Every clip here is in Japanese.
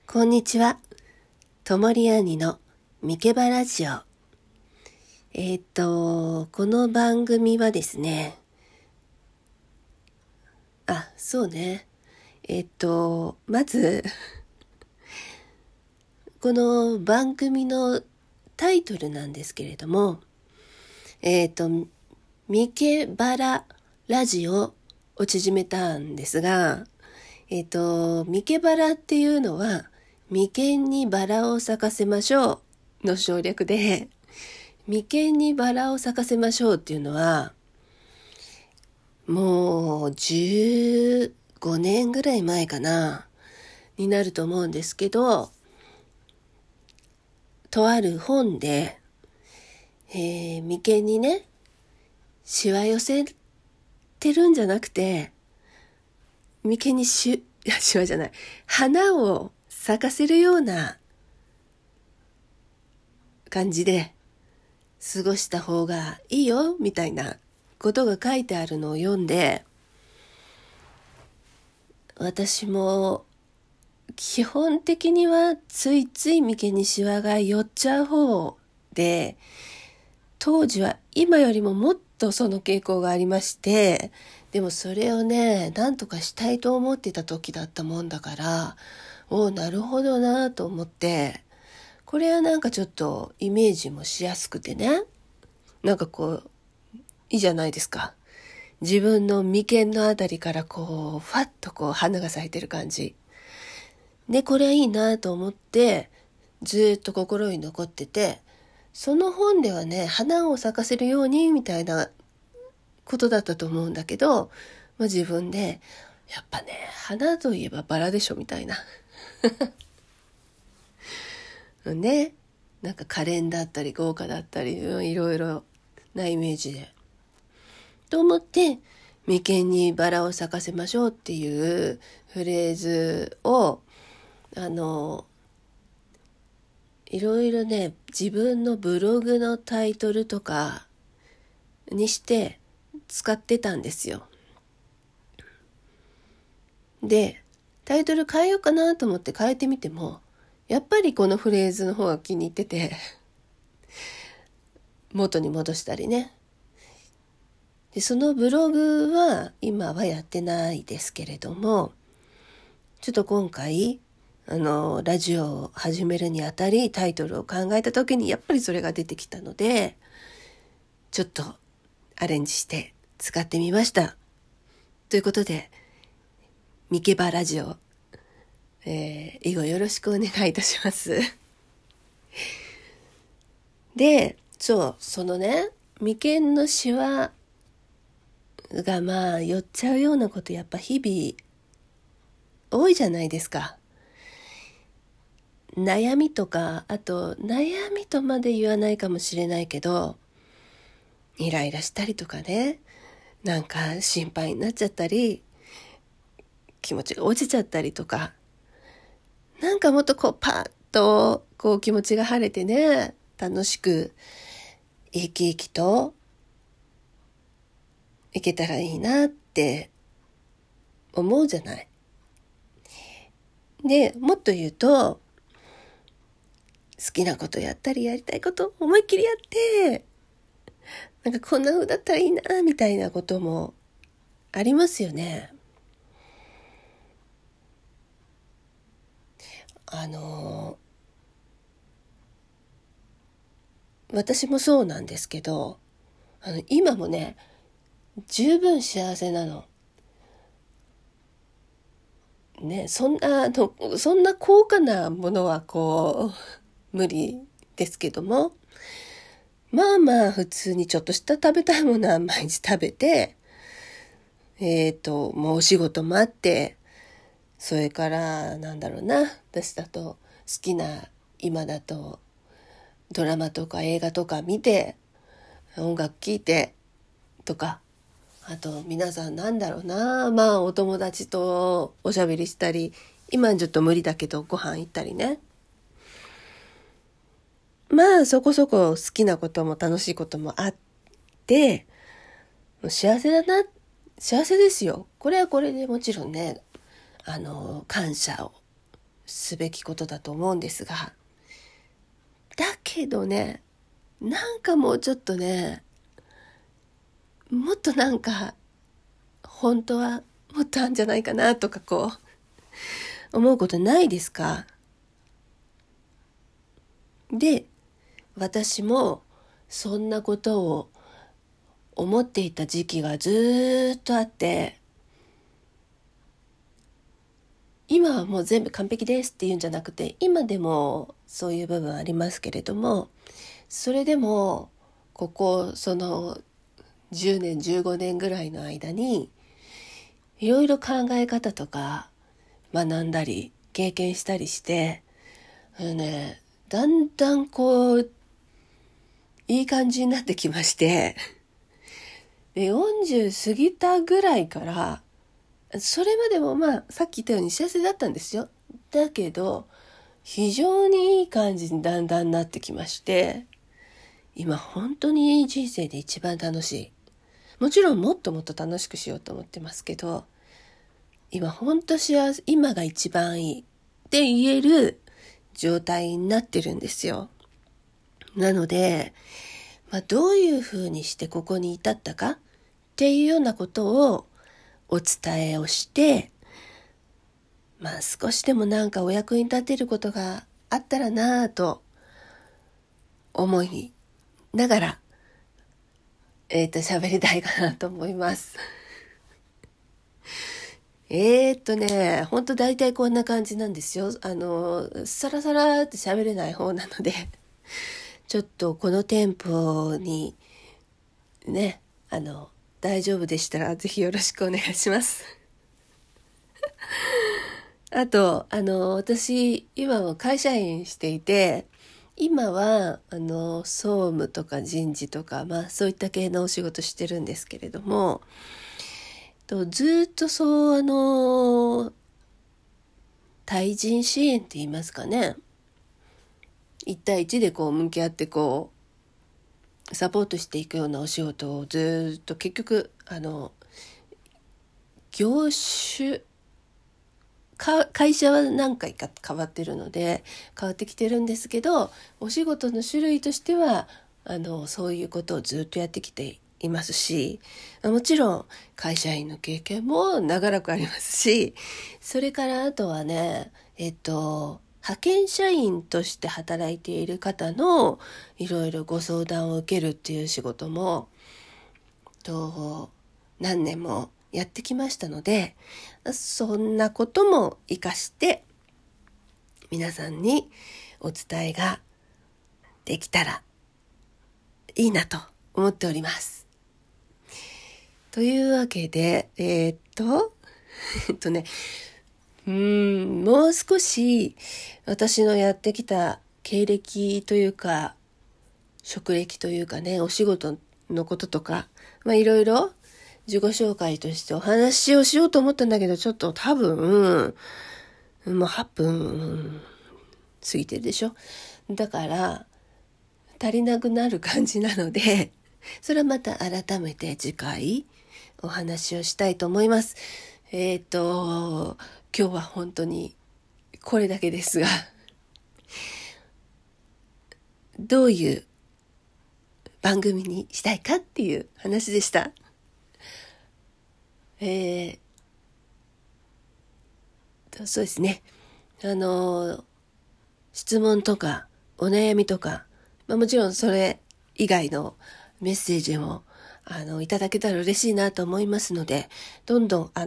こんにちは。ともりあにのみけばラジオ。この番組はですね、そうね。まず、この番組のタイトルなんですけれども、みけばらラジオを縮めたんですが、みけばらっていうのは、眉間にバラを咲かせましょうの省略で、眉間にバラを咲かせましょうっていうのは、もう15年ぐらい前かな、になると思うんですけど、とある本で、眉間にね、しわ寄せてるんじゃなくて、眉間にしわじゃない、花を咲かせるような感じで過ごした方がいいよみたいなことが書いてあるのを読んで、私も基本的にはついつい眉間にシワが寄っちゃう方で、当時は今よりももっとその傾向がありまして、でもそれをね、なんとかしたいと思ってた時だったもんだから、なるほどなと思って、これはなんかちょっとイメージもしやすくてね、なんかこういいじゃないですか。自分の眉間のあたりからこうファッとこう花が咲いてる感じで、これはいいなと思ってずっと心に残ってて、その本ではね、花を咲かせるようにみたいなことだったと思うんだけど、自分でやっぱね、花といえばバラでしょみたいなね、なんか可憐だったり豪華だったり、いろいろなイメージでと思って、眉間にバラを咲かせましょうっていうフレーズをいろいろね、自分のブログのタイトルとかにして使ってたんですよ。で、タイトル変えようかなと思って変えてみても、やっぱりこのフレーズの方が気に入ってて元に戻したりね。で、そのブログは今はやってないですけれども、ちょっと今回ラジオを始めるにあたりタイトルを考えた時にやっぱりそれが出てきたので、ちょっとアレンジして使ってみました。ということで、みけばラジオ、以後よろしくお願いいたしますで、そのね、眉間のシワが寄っちゃうようなことやっぱ日々多いじゃないですか。悩みとか、あと悩みとまで言わないかもしれないけど、イライラしたりとかね、なんか心配になっちゃったり、気持ちが落ちちゃったりとか、なんかもっとこうパッとこう気持ちが晴れてね、楽しく生き生きといけたらいいなって思うじゃない。で、もっと言うと、好きなことやったりやりたいこと思いっきりやって、なんかこんな風だったらいいなみたいなこともありますよね。私もそうなんですけど、今もね、十分幸せなの。ね、そんな高価なものはこう、無理ですけども、まあまあ普通にちょっとした食べたいものは毎日食べて、もうお仕事もあって、それからなんだろうな、私だと好きな、今だとドラマとか映画とか見て、音楽聴いてとか、あと皆さんなんだろうな、お友達とおしゃべりしたり、今ちょっと無理だけどご飯行ったりね、そこそこ好きなことも楽しいこともあって、幸せだな、幸せですよ。これはこれでもちろんね、感謝をすべきことだと思うんですが、だけどね、なんかもうちょっとね、もっとなんか本当はもっとあるんじゃないかなとか思うことないですか？で、私もそんなことを思っていた時期がずっとあって、今はもう全部完璧ですっていうんじゃなくて、今でもそういう部分ありますけれども、それでもその10年15年ぐらいの間にいろいろ考え方とか学んだり経験したりして、だんだんいい感じになってきまして、で40過ぎたぐらいからそれまでもさっき言ったように幸せだったんですよ。だけど非常にいい感じにだんだんなってきまして、今本当に人生で一番楽しい。もちろんもっともっと楽しくしようと思ってますけど、今本当幸せ、今が一番いいって言える状態になってるんですよ。なので、どういうふうにしてここに至ったかっていうようなことをお伝えをして、少しでもなんかお役に立てることがあったらなぁと思いながら、喋りたいかなと思います。ほんと大体こんな感じなんですよ。サラサラって喋れない方なので、ちょっとこのテンポにね、大丈夫でしたらぜひよろしくお願いします。あと、私、今は会社員していて、今は、総務とか人事とか、そういった系のお仕事してるんですけれども、ずっと対人支援って言いますかね。一対一で向き合ってサポートしていくようなお仕事をずっと結局、業種、会社は何回か変わってるので変わってきてるんですけど、お仕事の種類としてはそういうことをずっとやってきていますし、もちろん会社員の経験も長らくありますし、それからあとはね、派遣社員として働いている方のいろいろご相談を受けるっていう仕事も何年もやってきましたので、そんなことも活かして皆さんにお伝えができたらいいなと思っております。というわけでもう少し私のやってきた経歴というか職歴というかね、お仕事のこととかいろいろ自己紹介としてお話をしようと思ったんだけど、ちょっと多分もう8分過ぎてるでしょ。だから足りなくなる感じなので、それはまた改めて次回お話をしたいと思います。今日は本当にこれだけですが、どういう番組にしたいかっていう話でした。そうですね。質問とかお悩みとか、もちろんそれ以外のメッセージもいただけたら嬉しいなと思いますので、どんどん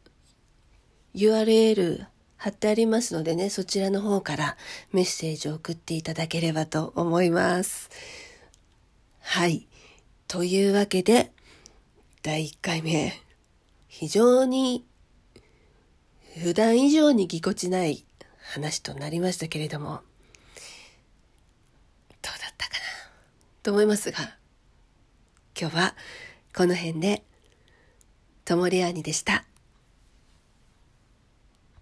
URL 貼ってありますのでね、そちらの方からメッセージを送っていただければと思います。はい。というわけで第1回目、非常に普段以上にぎこちない話となりましたけれども、どうだったかなと思いますが、今日はこの辺でともりあにでした。